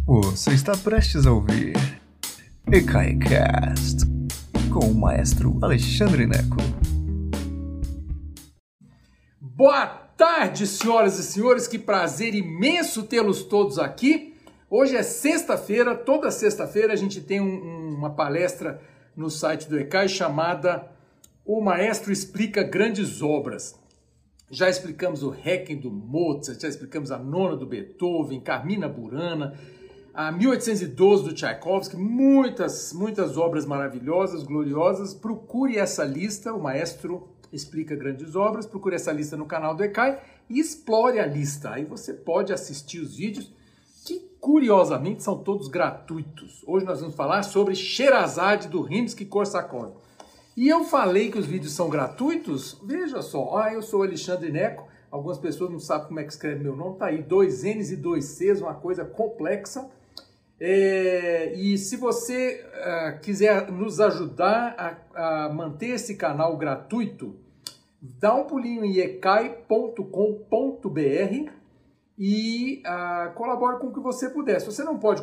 Você está prestes a ouvir EKAICAST com o maestro Alexandre Neco. Boa tarde, senhoras e senhores, que prazer imenso tê-los todos aqui. Hoje é sexta-feira, toda sexta-feira a gente tem uma palestra no site do EKAI chamada O Maestro Explica Grandes Obras. Já explicamos o Requiem do Mozart, já explicamos a Nona do Beethoven, Carmina Burana, a 1812 do Tchaikovsky, muitas obras maravilhosas, gloriosas. Procure essa lista, o Maestro Explica Grandes Obras, procure essa lista no canal do EKAI e explore a lista. Aí você pode assistir os vídeos que, curiosamente, são todos gratuitos. Hoje nós vamos falar sobre Sherazade do Rimsky-Korsakov. E eu falei que os vídeos são gratuitos? Veja só, eu sou Alexandre Neco, algumas pessoas não sabem como é que escreve meu nome, tá aí, 2 N's e 2 C's, uma coisa complexa. E se você quiser nos ajudar a manter esse canal gratuito, dá um pulinho em ekai.com.br e colabore com o que você puder. Se você não pode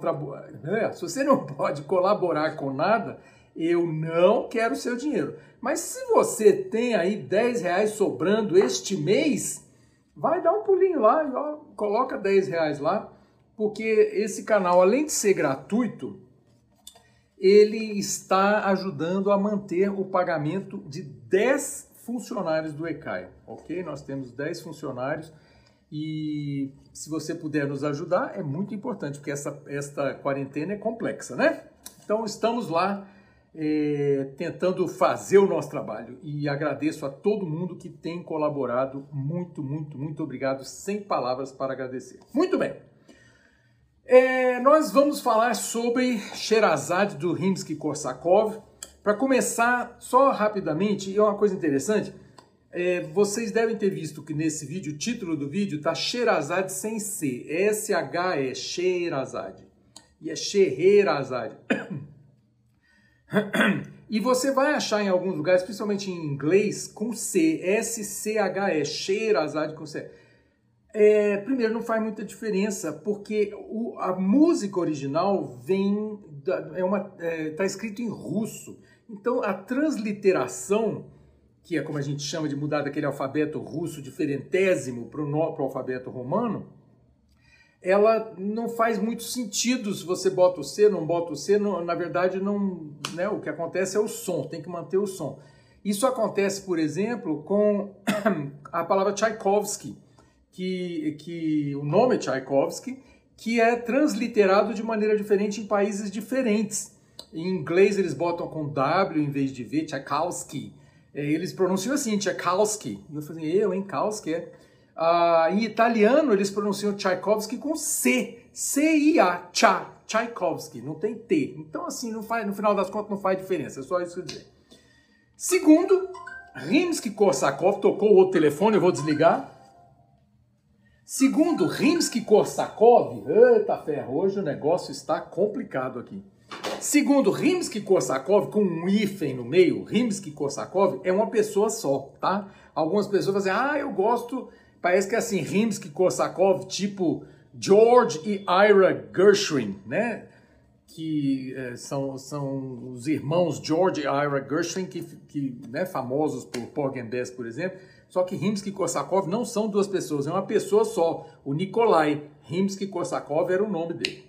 colaborar com nada, eu não quero seu dinheiro. Mas se você tem aí 10 reais sobrando este mês, vai dar um pulinho lá e coloca 10 reais lá, porque esse canal, além de ser gratuito, ele está ajudando a manter o pagamento de 10 funcionários do EKAI, ok? Nós temos 10 funcionários e se você puder nos ajudar, é muito importante, porque esta quarentena é complexa, né? Então estamos lá tentando fazer o nosso trabalho e agradeço a todo mundo que tem colaborado, muito obrigado, sem palavras para agradecer. Muito bem, nós vamos falar sobre Sherazade do Rimsky-Korsakov. Para começar, só rapidamente, é uma coisa interessante, vocês devem ter visto que nesse vídeo, o título do vídeo está Sherazade sem C, S-H-E, Sherazade, e é Scheherazade. E você vai achar em alguns lugares, principalmente em inglês, com C, S-C-H-E, Sherazade com C. Primeiro, não faz muita diferença, porque a música original está escrito em russo. Então, a transliteração, que é como a gente chama de mudar daquele alfabeto russo diferentésimo para o alfabeto romano, ela não faz muito sentido se você bota o C, não bota o C, na verdade não, né, o que acontece é o som, tem que manter o som. Isso acontece, por exemplo, com a palavra Tchaikovsky, que o nome é Tchaikovsky, que é transliterado de maneira diferente em países diferentes. Em inglês eles botam com W em vez de V, Tchaikovsky. Eles pronunciam assim, Tchaikovsky. E eu falei, Kowski, em italiano, eles pronunciam Tchaikovsky com C, C-I-A, Tchaikovsky, não tem T. Então, assim, no final das contas, não faz diferença, é só isso que eu dizer. Segundo, Rimsky-Korsakov, tocou o outro telefone, eu vou desligar. Segundo Rimsky-Korsakov, eita ferro, hoje o negócio está complicado aqui. Segundo Rimsky-Korsakov, com um hífen no meio, Rimsky-Korsakov é uma pessoa só, tá? Algumas pessoas vão dizer, eu gosto... Parece que é assim, Rimsky-Korsakov, tipo George e Ira Gershwin, né? Que são os irmãos George e Ira Gershwin, que né, famosos por Porgy and Bess, por exemplo. Só que Rimsky-Korsakov não são duas pessoas, é uma pessoa só. O Nikolai Rimsky-Korsakov era o nome dele.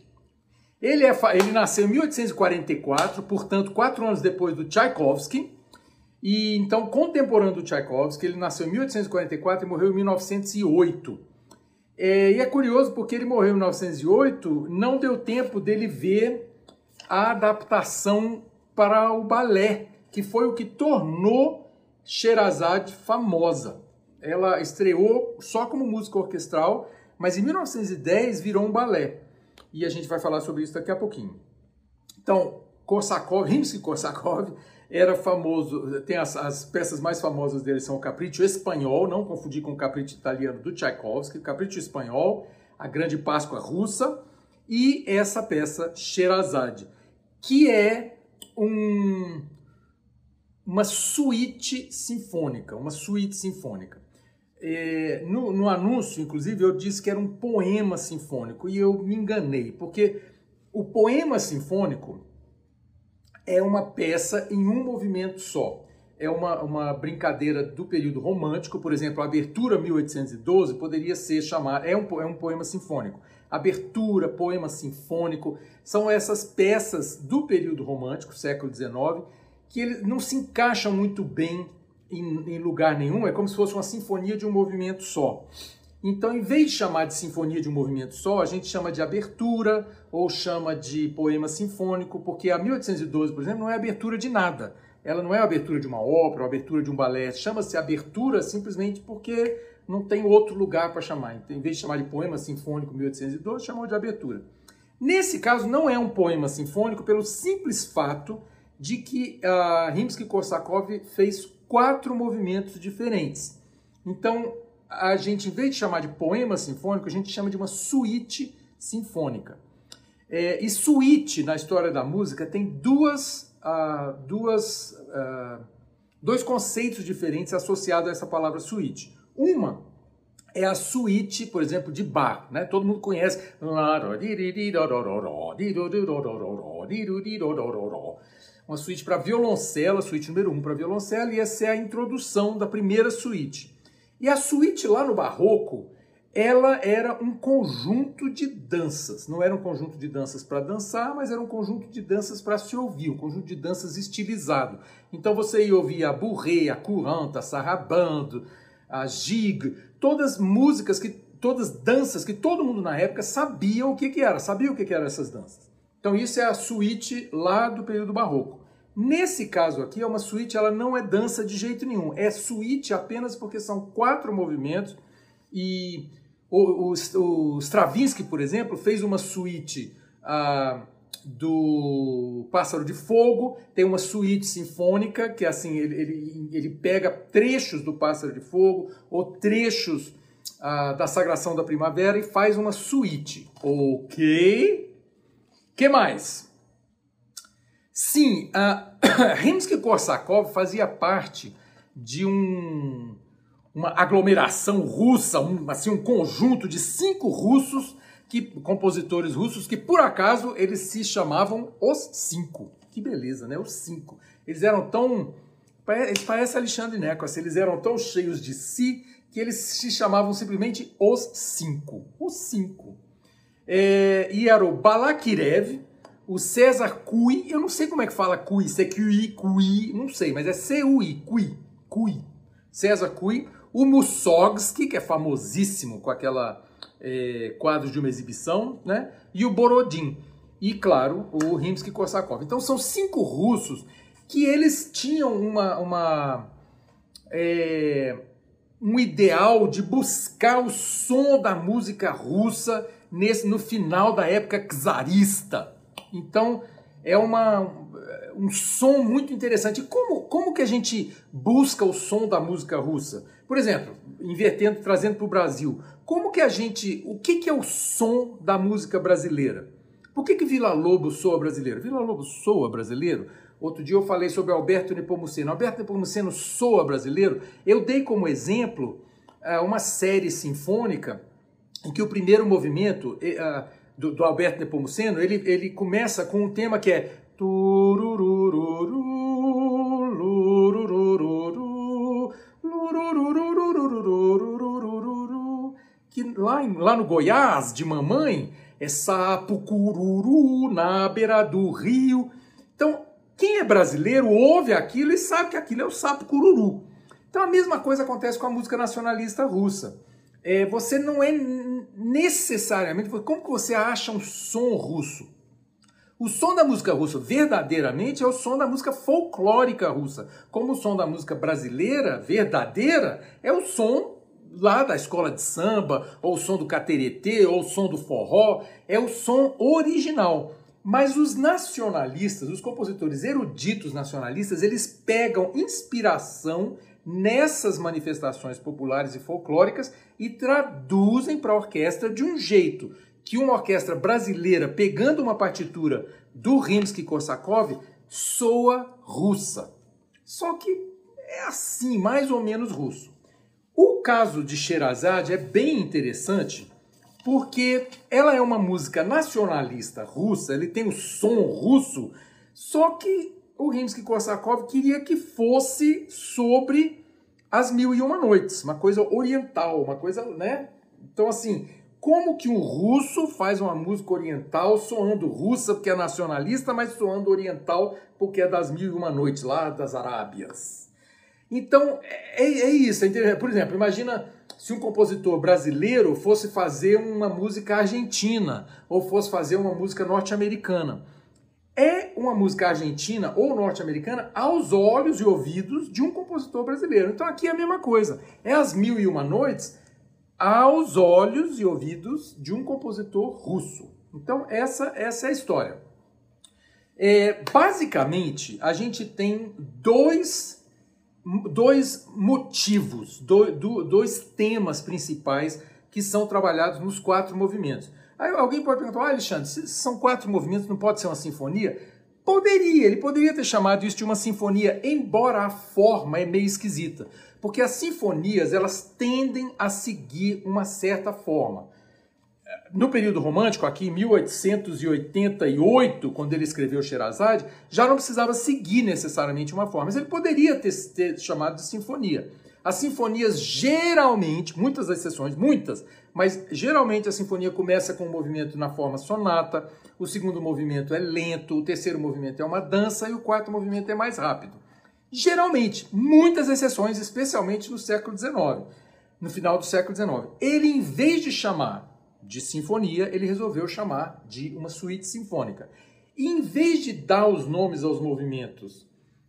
Ele nasceu em 1844, portanto, 4 anos depois do Tchaikovsky. E então, contemporâneo do Tchaikovsky, ele nasceu em 1844 e morreu em 1908. E é curioso porque ele morreu em 1908, não deu tempo dele ver a adaptação para o balé, que foi o que tornou Sherazade famosa. Ela estreou só como música orquestral, mas em 1910 virou um balé. E a gente vai falar sobre isso daqui a pouquinho. Então, Rimsky-Korsakov era famoso, tem as peças mais famosas dele são o Capriccio Espanhol, não confundir com o Capriccio Italiano do Tchaikovsky, o Capriccio Espanhol, a Grande Páscoa Russa e essa peça Sherazade, que é uma suíte sinfônica, No anúncio, inclusive, eu disse que era um poema sinfônico e eu me enganei, porque o poema sinfônico é uma peça em um movimento só. É uma brincadeira do período romântico, por exemplo, a Abertura 1812 poderia ser chamada, é um poema sinfônico. Abertura, poema sinfônico, são essas peças do período romântico, século XIX, que eles não se encaixam muito bem em lugar nenhum, é como se fosse uma sinfonia de um movimento só. Então, em vez de chamar de sinfonia de um movimento só, a gente chama de abertura ou chama de poema sinfônico, porque a 1812, por exemplo, não é abertura de nada. Ela não é a abertura de uma ópera, a abertura de um balé. Chama-se abertura simplesmente porque não tem outro lugar para chamar. Então, em vez de chamar de poema sinfônico 1812, chamou de abertura. Nesse caso, não é um poema sinfônico pelo simples fato de que Rimsky-Korsakov fez 4 movimentos diferentes. Então, a gente, em vez de chamar de poema sinfônico, a gente chama de uma suíte sinfônica. E suíte, na história da música, tem dois conceitos diferentes associados a essa palavra suíte. Uma é a suíte, por exemplo, de Bach, né? Todo mundo conhece. Uma suíte para violoncelo, a suíte número 1 para violoncelo, e essa é a introdução da primeira suíte. E a suíte lá no Barroco, ela era um conjunto de danças. Não era um conjunto de danças para dançar, mas era um conjunto de danças para se ouvir, um conjunto de danças estilizado. Então você ia ouvir a bourrée, a courante, a sarabande, a gigue, todas danças que todo mundo na época sabia o que era, sabia o que eram essas danças. Então isso é a suíte lá do período barroco. Nesse caso aqui, é uma suíte, ela não é dança de jeito nenhum. É suíte apenas porque são 4 movimentos. E o Stravinsky, por exemplo, fez uma suíte do Pássaro de Fogo. Tem uma suíte sinfônica, que assim, ele pega trechos do Pássaro de Fogo ou trechos da Sagração da Primavera e faz uma suíte. Ok? Que mais? Sim, Rimsky-Korsakov fazia parte de uma aglomeração russa, um conjunto de 5 compositores russos que, por acaso, eles se chamavam Os 5. Que beleza, né? Os 5. Eles eram tão... Eles parecem Alexandre Neco, assim, eles eram tão cheios de si que eles se chamavam simplesmente Os 5. Os 5. E era o Balakirev, o César Cui, eu não sei como é que fala Cui, se é Cui, não sei, mas é C-U-I, Cui. César Cui, o Mussorgsky, que é famosíssimo com aquela quadro de uma exibição, né? E o Borodin. E, claro, o Rimsky-Korsakov. Então, são 5 russos que eles tinham um ideal de buscar o som da música russa no final da época czarista. Então, é um som muito interessante. Como que a gente busca o som da música russa? Por exemplo, trazendo para o Brasil, o que é o som da música brasileira? Por que Villa-Lobos soa brasileiro? Villa-Lobos soa brasileiro? Outro dia eu falei sobre Alberto Nepomuceno. Alberto Nepomuceno soa brasileiro? Eu dei como exemplo uma série sinfônica em que o primeiro movimento do Alberto Nepomuceno, ele começa com um tema que é que lá no Goiás, de mamãe, é sapo cururu na beira do rio. Então, quem é brasileiro ouve aquilo e sabe que aquilo é o sapo cururu. Então, a mesma coisa acontece com a música nacionalista russa. Você não é necessariamente... Como que você acha um som russo? O som da música russa, verdadeiramente, é o som da música folclórica russa. Como o som da música brasileira, verdadeira, é o som lá da escola de samba, ou o som do cateretê, ou o som do forró, é o som original. Mas os nacionalistas, os compositores eruditos nacionalistas, eles pegam inspiração nessas manifestações populares e folclóricas e traduzem para a orquestra de um jeito que uma orquestra brasileira, pegando uma partitura do Rimsky-Korsakov, soa russa. Só que é assim, mais ou menos russo. O caso de Sherazade é bem interessante, porque ela é uma música nacionalista russa, ele tem o som russo, só que o Rimsky-Korsakov queria que fosse sobre as Mil e Uma Noites, uma coisa oriental, uma coisa, né? Então, assim, como que um russo faz uma música oriental soando russa porque é nacionalista, mas soando oriental porque é das Mil e Uma Noites, lá das Arábias? Então, é isso. Por exemplo, imagina se um compositor brasileiro fosse fazer uma música argentina ou fosse fazer uma música norte-americana. É uma música argentina ou norte-americana aos olhos e ouvidos de um compositor brasileiro. Então aqui é a mesma coisa. É as Mil e Uma Noites aos olhos e ouvidos de um compositor russo. Então essa é a história. Basicamente, a gente tem dois motivos, dois temas principais que são trabalhados nos 4 movimentos. Aí alguém pode perguntar, Alexandre, se são 4 movimentos, não pode ser uma sinfonia? Ele poderia ter chamado isso de uma sinfonia, embora a forma é meio esquisita. Porque as sinfonias, elas tendem a seguir uma certa forma. No período romântico, aqui em 1888, quando ele escreveu Sherazade, já não precisava seguir necessariamente uma forma, mas ele poderia ter chamado de sinfonia. As sinfonias geralmente, muitas exceções, mas geralmente a sinfonia começa com um movimento na forma sonata, o segundo movimento é lento, o terceiro movimento é uma dança e o quarto movimento é mais rápido. Geralmente, muitas exceções, especialmente no século XIX, no final do século XIX. Ele, em vez de chamar de sinfonia, ele resolveu chamar de uma suíte sinfônica. E em vez de dar os nomes aos movimentos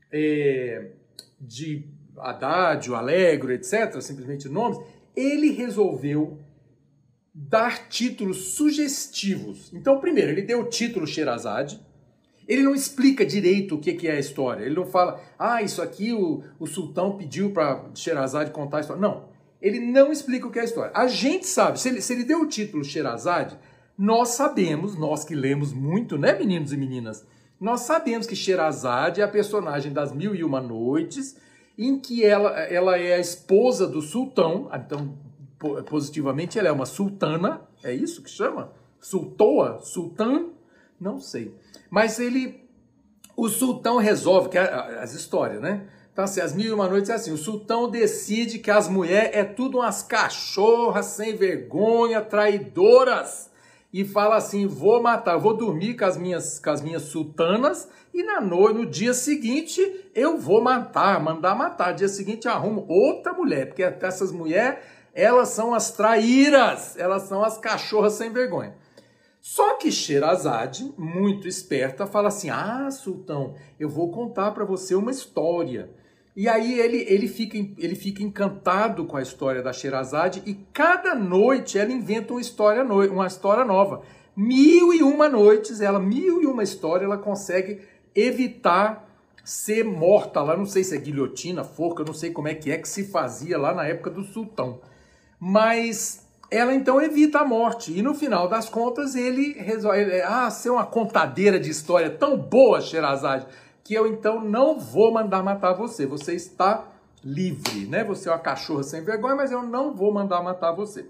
de adágio, allegro, etc., simplesmente nomes, ele resolveu dar títulos sugestivos. Então, primeiro, ele deu o título Sherazade. Ele não explica direito o que é a história. Ele não fala, isso aqui o sultão pediu para Sherazade contar a história. Não, ele não explica o que é a história. A gente sabe, se ele deu o título Sherazade, nós sabemos, nós que lemos muito, né, meninos e meninas? Nós sabemos que Sherazade é a personagem das Mil e Uma Noites, em que ela é a esposa do sultão, então, positivamente, ela é uma sultana, é isso que chama? Sultoa? Sultã? Não sei. Mas o sultão resolve, que as histórias, né? Então, assim, as Mil e Uma Noites é assim, o sultão decide que as mulheres é tudo umas cachorras sem vergonha, traidoras, e fala assim, vou dormir com as minhas sultanas, e no dia seguinte eu vou mandar matar. No dia seguinte eu arrumo outra mulher, porque essas mulheres, elas são as traíras, elas são as cachorras sem vergonha. Só que Sherazade, muito esperta, fala assim, sultão, eu vou contar para você uma história. E aí ele fica encantado com a história da Sherazade e cada noite ela inventa uma história nova. Mil e Uma Noites, mil e uma história, ela consegue evitar ser morta lá, não sei se é guilhotina, forca, não sei como é que se fazia lá na época do sultão. Mas ela então evita a morte e no final das contas ele resolve, ser uma contadeira de história tão boa, Sherazade, que eu então não vou mandar matar você. Você está livre, né? Você é uma cachorra sem vergonha, mas eu não vou mandar matar você.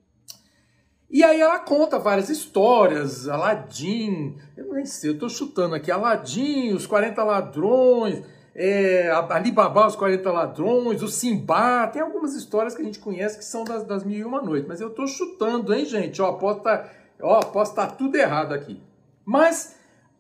E aí ela conta várias histórias, Aladim, eu nem sei, eu estou chutando aqui, Aladim, os 40 ladrões, Ali Babá, os 40 ladrões, o Simbá, tem algumas histórias que a gente conhece que são das Mil e Uma Noites, mas eu estou chutando, hein, gente? Posso estar tudo errado aqui. Mas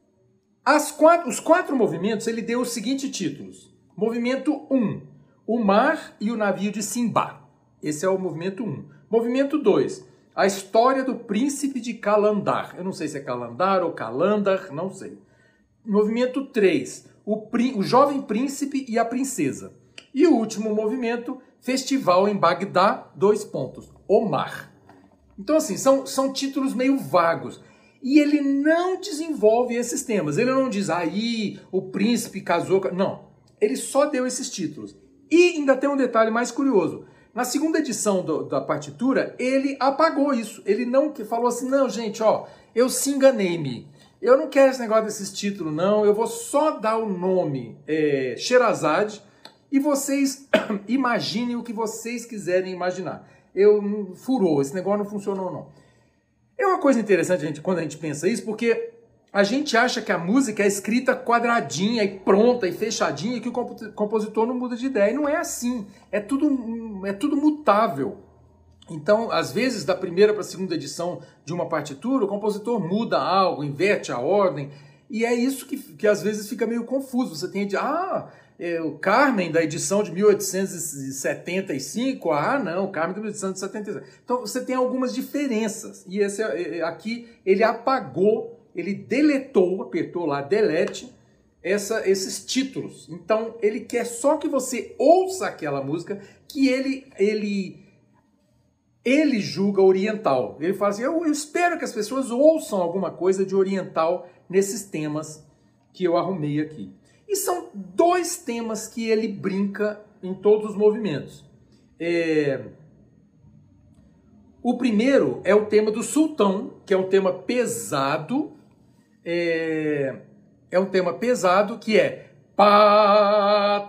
os 4 movimentos, ele deu os seguintes títulos. Movimento 1, o mar e o navio de Simbá. Esse é o movimento 1. Movimento 2, a história do príncipe de Kalandar. Eu não sei se é Kalandar ou Kalandar, não sei. Movimento 3, o jovem príncipe e a princesa. E o último movimento, festival em Bagdá, : o mar. Então, assim, são títulos meio vagos. E ele não desenvolve esses temas. Ele não diz, o príncipe casou... Não, ele só deu esses títulos. E ainda tem um detalhe mais curioso. Na segunda edição da partitura, ele apagou isso. Ele não falou assim, não, gente, eu se enganei-me. Eu não quero esse negócio desses títulos, não. Eu vou só dar o nome Sherazade e vocês imaginem o que vocês quiserem imaginar. Furou, esse negócio não funcionou não. É uma coisa interessante quando a gente pensa isso, porque a gente acha que a música é escrita quadradinha e pronta e fechadinha e que o compositor não muda de ideia. E não é assim, é tudo mutável. Então, às vezes, da primeira para a segunda edição de uma partitura, o compositor muda algo, inverte a ordem, e é isso que às vezes fica meio confuso. Você tem o Carmen da edição de 1875, não, o Carmen da edição de 77. Então, você tem algumas diferenças, e esse aqui ele apagou, ele deletou, apertou lá, delete, esses títulos. Então, ele quer só que você ouça aquela música que ele julga oriental. Ele fala assim, eu espero que as pessoas ouçam alguma coisa de oriental nesses temas que eu arrumei aqui. E são 2 temas que ele brinca em todos os movimentos. O primeiro é o tema do sultão, que é um tema pesado. É um tema pesado que é pá,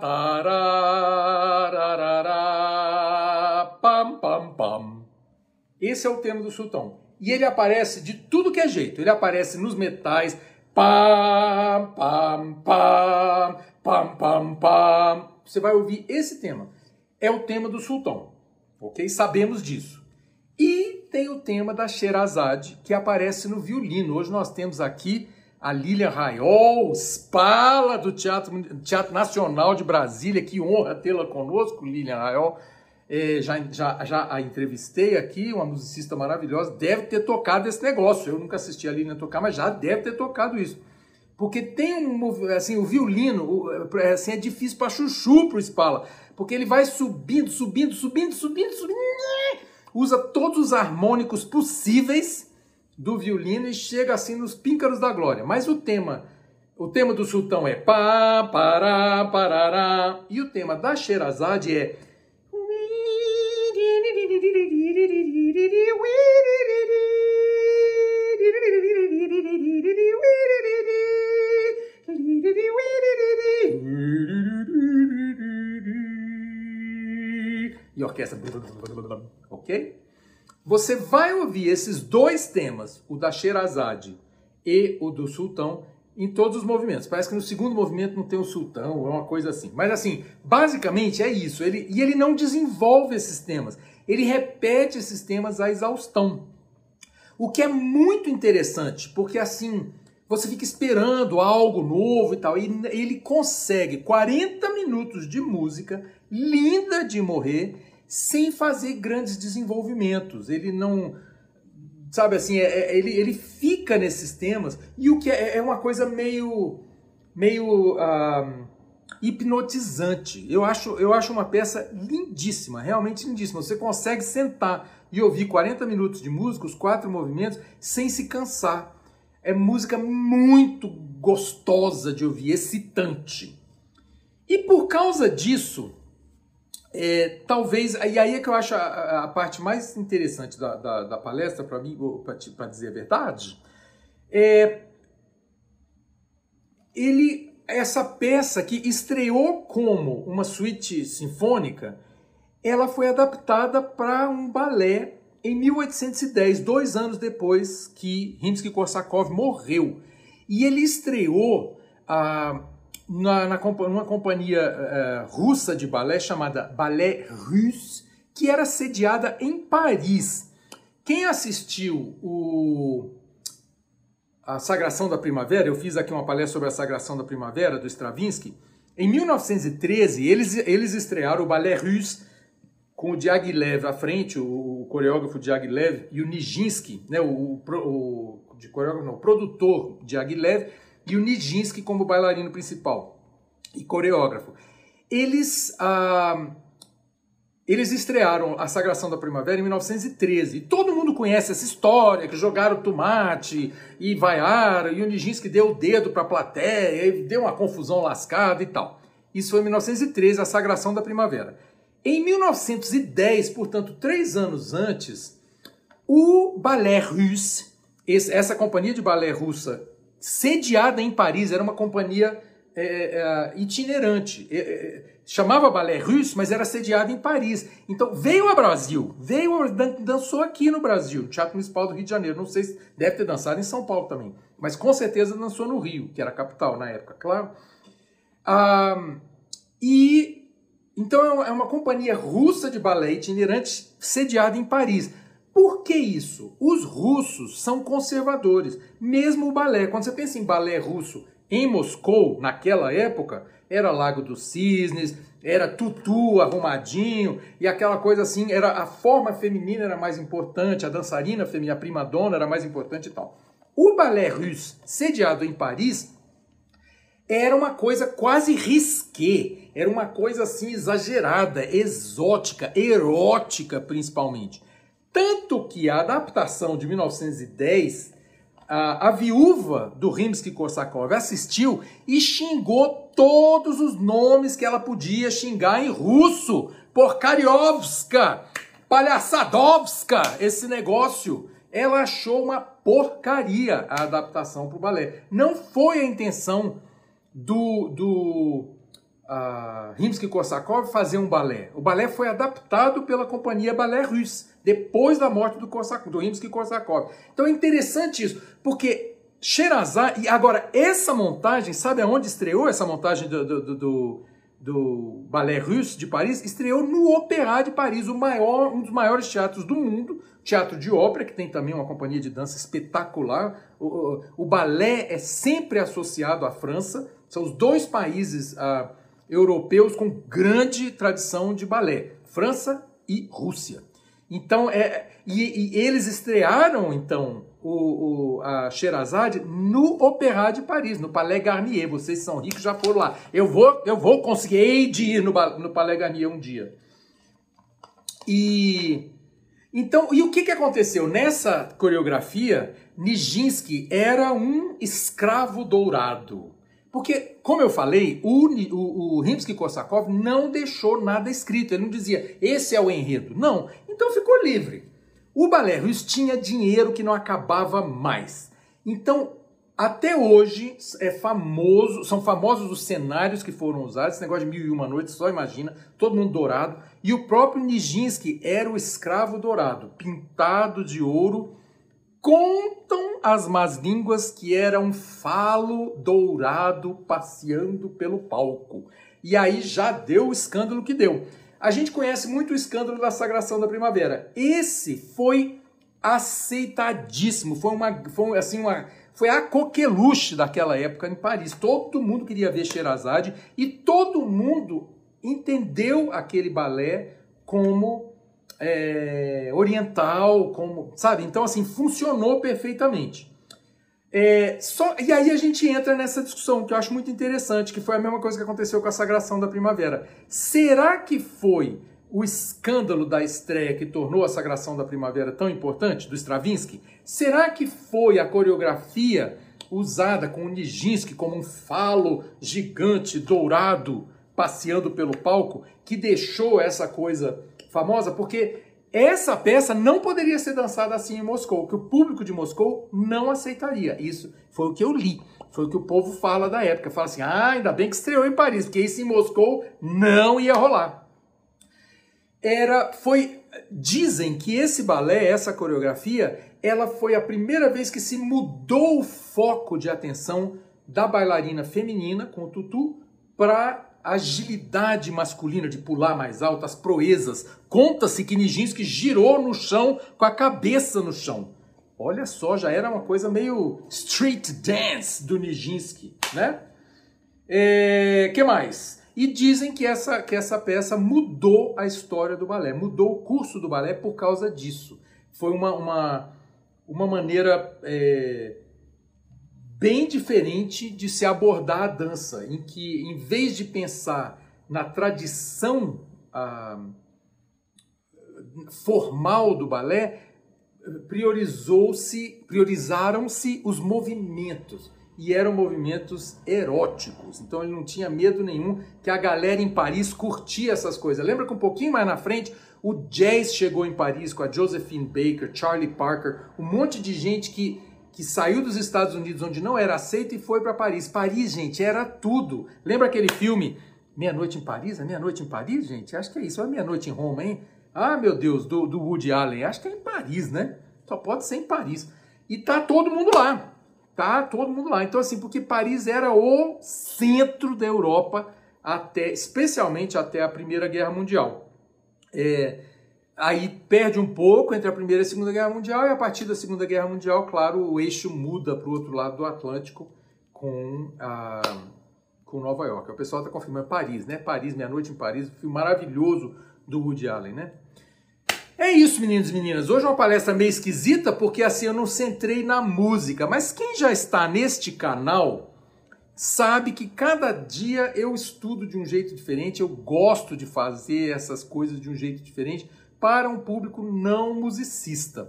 tarararará, pam, pam, pam. Esse é o tema do sultão. E ele aparece de tudo que é jeito. Ele aparece nos metais, pam, pam, pam, pam, pam, pam. Você vai ouvir esse tema. É o tema do sultão, ok? Sabemos disso. E tem o tema da Sherazade, que aparece no violino. Hoje nós temos aqui a Lilian Raiol, Spala do Teatro Nacional de Brasília. Que honra tê-la conosco, Lilian Raiol. Já a entrevistei aqui, uma musicista maravilhosa. Deve ter tocado esse negócio. Eu nunca assisti a Lilian tocar, mas já deve ter tocado isso. Porque tem o violino, é difícil para chuchu pro Spala. Porque ele vai subindo, usa todos os harmônicos possíveis do violino e chega assim nos píncaros da glória. Mas o tema do sultão é pá, pará, parará. E o tema da Sherazade é e orquestra, ok? Você vai ouvir esses 2 temas, o da Sherazade e o do sultão, em todos os movimentos. Parece que no segundo movimento não tem o sultão, é uma coisa assim. Mas assim, basicamente é isso. Ele não desenvolve esses temas. Ele repete esses temas à exaustão. O que é muito interessante, porque assim, você fica esperando algo novo e tal, e ele consegue 40 minutos de música linda de morrer, sem fazer grandes desenvolvimentos. Ele não, sabe assim, ele fica nesses temas, e o que é uma coisa meio hipnotizante. Eu acho uma peça lindíssima, realmente lindíssima. Você consegue sentar e ouvir 40 minutos de música, os 4 movimentos, sem se cansar. É música muito gostosa de ouvir, excitante. E por causa disso, talvez, e aí é que eu acho a parte mais interessante da palestra, para mim, para dizer a verdade, essa peça que estreou como uma suíte sinfônica, ela foi adaptada para um balé em 1810, 2 anos depois que Rimsky-Korsakov morreu. E ele estreou numa companhia russa de balé chamada Ballet Russe, que era sediada em Paris. Quem assistiu a Sagração da Primavera, eu fiz aqui uma palestra sobre a Sagração da Primavera, do Stravinsky, em 1913 eles estrearam o Ballet Russe com o Diaghilev à frente, o coreógrafo Diaghilev, e o Nijinsky, né, o produtor Diaghilev, e o Nijinsky como bailarino principal e coreógrafo. Eles estrearam a Sagração da Primavera em 1913. E todo mundo conhece essa história, que jogaram tomate e vaiaram, e o Nijinsky deu o dedo para a plateia, e deu uma confusão lascada e tal. Isso foi em 1913, a Sagração da Primavera. Em 1910, portanto, 3 anos antes, o Ballet Russe, essa companhia de balé russa, sediada em Paris, era uma companhia itinerante. Chamava Ballet Russe, mas era sediado em Paris. Então veio ao Brasil, dançou aqui no Brasil, no Teatro Municipal do Rio de Janeiro. Não sei se deve ter dançado em São Paulo também, mas com certeza dançou no Rio, que era a capital na época, claro. Então é uma companhia russa de balé itinerante sediada em Paris. Por que isso? Os russos são conservadores. Mesmo o balé, quando você pensa em balé russo em Moscou, naquela época, era Lago dos Cisnes, era tutu arrumadinho, e aquela coisa assim, a forma feminina era mais importante, a dançarina feminina, a primadonna era mais importante e tal. O balé russo sediado em Paris era uma coisa quase risqué, era uma coisa assim exagerada, exótica, erótica principalmente. Tanto que a adaptação de 1910, a viúva do Rimsky-Korsakov assistiu e xingou todos os nomes que ela podia xingar em russo. Porkariovska, palhaçadovska, esse negócio. Ela achou uma porcaria a adaptação para o balé. Não foi a intenção do Rimsky-Korsakov fazer um balé. O balé foi adaptado pela companhia Ballet Russe, depois da morte do Rimsky-Korsakov. Então é interessante isso, porque Sherazade... E agora, essa montagem, sabe aonde estreou essa montagem do Ballet Russe de Paris? Estreou no Opéra de Paris, um dos maiores teatros do mundo, teatro de ópera, que tem também uma companhia de dança espetacular. O balé é sempre associado à França, são os dois países europeus com grande tradição de balé, França e Rússia. Então, e eles estrearam, então, a Sherazade no Opéra de Paris, no Palais Garnier. Vocês são ricos, já foram lá. Eu vou conseguir ir no Palais Garnier um dia. E o que aconteceu? Nessa coreografia, Nijinsky era um escravo dourado. Porque, como eu falei, o Rimsky-Korsakov não deixou nada escrito. Ele não dizia, esse é o enredo. Não. Então ficou livre. O Ballet Russe tinha dinheiro que não acabava mais. Então, até hoje, são famosos os cenários que foram usados. Esse negócio de 1001 Noites, só imagina, todo mundo dourado. E o próprio Nijinsky era o escravo dourado, pintado de ouro. Contam as más línguas que era um falo dourado passeando pelo palco. E aí já deu o escândalo que deu. A gente conhece muito o escândalo da Sagração da Primavera. Esse foi aceitadíssimo. Foi a coqueluche daquela época em Paris. Todo mundo queria ver Sherazade e todo mundo entendeu aquele balé como oriental, sabe? Então, assim, funcionou perfeitamente. E aí a gente entra nessa discussão que eu acho muito interessante, que foi a mesma coisa que aconteceu com a Sagração da Primavera. Será que foi o escândalo da estreia que tornou a Sagração da Primavera tão importante, do Stravinsky? Será que foi a coreografia usada com o Nijinsky como um falo gigante, dourado, passeando pelo palco, que deixou essa coisa famosa? Porque essa peça não poderia ser dançada assim em Moscou, que o público de Moscou não aceitaria. Isso foi o que eu li, foi o que o povo fala da época. Fala assim, ainda bem que estreou em Paris, porque isso em Moscou não ia rolar. Dizem que esse balé, essa coreografia, ela foi a primeira vez que se mudou o foco de atenção da bailarina feminina, com o tutu, para agilidade masculina de pular mais alto, as proezas. Conta-se que Nijinsky girou no chão com a cabeça no chão. Olha só, já era uma coisa meio street dance do Nijinsky, né? Que mais? E dizem que essa peça mudou a história do balé, mudou o curso do balé por causa disso. Foi uma maneira bem diferente de se abordar a dança, em que, em vez de pensar na tradição formal do balé, priorizaram-se os movimentos, e eram movimentos eróticos. Então ele não tinha medo nenhum que a galera em Paris curtia essas coisas. Lembra que um pouquinho mais na frente o jazz chegou em Paris com a Josephine Baker, Charlie Parker, um monte de gente que que saiu dos Estados Unidos, onde não era aceito, e foi para Paris. Paris, gente, era tudo. Lembra aquele filme Meia-Noite em Paris? É Meia-Noite em Paris, gente? Acho que é isso. É Meia-Noite em Roma, hein? Ah, meu Deus, do Woody Allen. Acho que é em Paris, né? Só pode ser em Paris. E tá todo mundo lá. Tá todo mundo lá. Então, assim, porque Paris era o centro da Europa, especialmente até a Primeira Guerra Mundial. Aí perde um pouco entre a Primeira e a Segunda Guerra Mundial, e a partir da Segunda Guerra Mundial, claro, o eixo muda para o outro lado do Atlântico com Nova York. O pessoal está confirmando Paris, né? Paris, Meia-Noite em Paris, um filme maravilhoso do Woody Allen, né? É isso, meninos e meninas. Hoje é uma palestra meio esquisita, porque assim eu não centrei na música, mas quem já está neste canal sabe que cada dia eu estudo de um jeito diferente, eu gosto de fazer essas coisas de um jeito diferente para um público não musicista.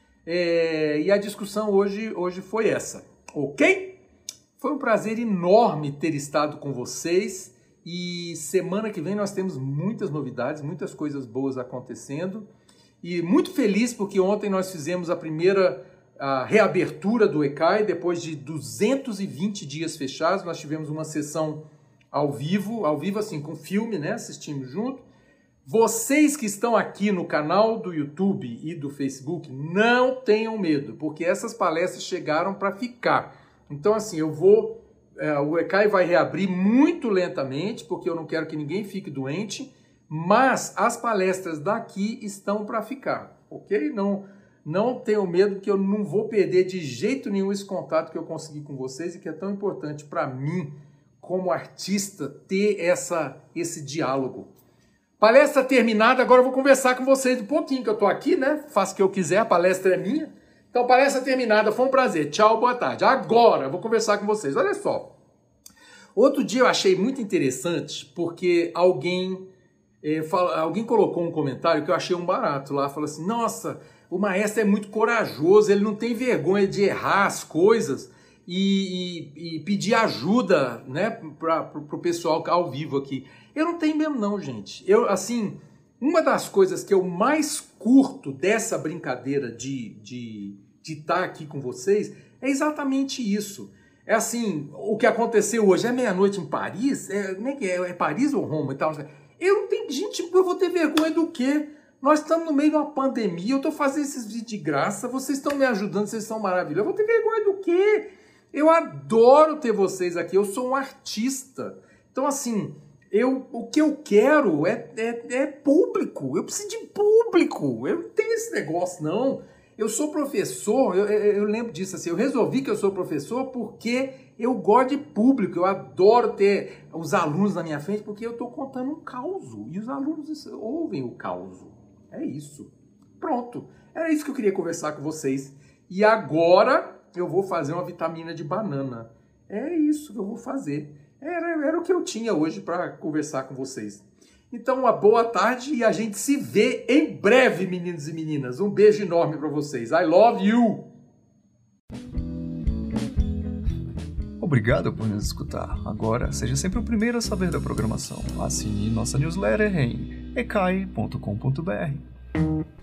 E a discussão hoje foi essa, ok? Foi um prazer enorme ter estado com vocês e semana que vem nós temos muitas novidades, muitas coisas boas acontecendo e muito feliz porque ontem nós fizemos a primeira reabertura do ECAI, depois de 220 dias fechados, nós tivemos uma sessão ao vivo assim, com filme, né? Assistimos junto. Vocês que estão aqui no canal do YouTube e do Facebook, não tenham medo, porque essas palestras chegaram para ficar. Então, assim, o ECAI vai reabrir muito lentamente, porque eu não quero que ninguém fique doente, mas as palestras daqui estão para ficar, ok? Não tenham medo, que eu não vou perder de jeito nenhum esse contato que eu consegui com vocês e que é tão importante para mim, como artista, ter esse diálogo. Palestra terminada, agora eu vou conversar com vocês um pouquinho, que eu tô aqui, né? Faço o que eu quiser, a palestra é minha. Então, palestra terminada, foi um prazer. Tchau, boa tarde. Agora eu vou conversar com vocês. Olha só. Outro dia eu achei muito interessante, porque alguém colocou um comentário que eu achei um barato lá. Falou assim, nossa, o maestro é muito corajoso, ele não tem vergonha de errar as coisas e pedir ajuda, né, para o pessoal ao vivo aqui. Eu não tenho mesmo não, gente. Uma das coisas que eu mais curto dessa brincadeira de estar aqui com vocês é exatamente isso. É assim, o que aconteceu hoje é Meia-Noite em Paris? Como é que é? É Paris ou Roma e tal? Eu não tenho... Gente, eu vou ter vergonha do quê? Nós estamos no meio de uma pandemia, eu estou fazendo esses vídeos de graça, vocês estão me ajudando, vocês são maravilhosos. Eu vou ter vergonha do quê? Eu adoro ter vocês aqui, eu sou um artista. Então, assim... o que eu quero é público, eu preciso de público, eu não tenho esse negócio não, eu sou professor, eu lembro disso assim, eu resolvi que eu sou professor porque eu gosto de público, eu adoro ter os alunos na minha frente porque eu estou contando um caos e os alunos ouvem o caos, é isso, pronto, era isso que eu queria conversar com vocês e agora eu vou fazer uma vitamina de banana, é isso que eu vou fazer. Era o que eu tinha hoje para conversar com vocês. Então, uma boa tarde e a gente se vê em breve, meninos e meninas. Um beijo enorme para vocês. I love you! Obrigado por nos escutar. Agora, seja sempre o primeiro a saber da programação. Assine nossa newsletter em ecai.com.br.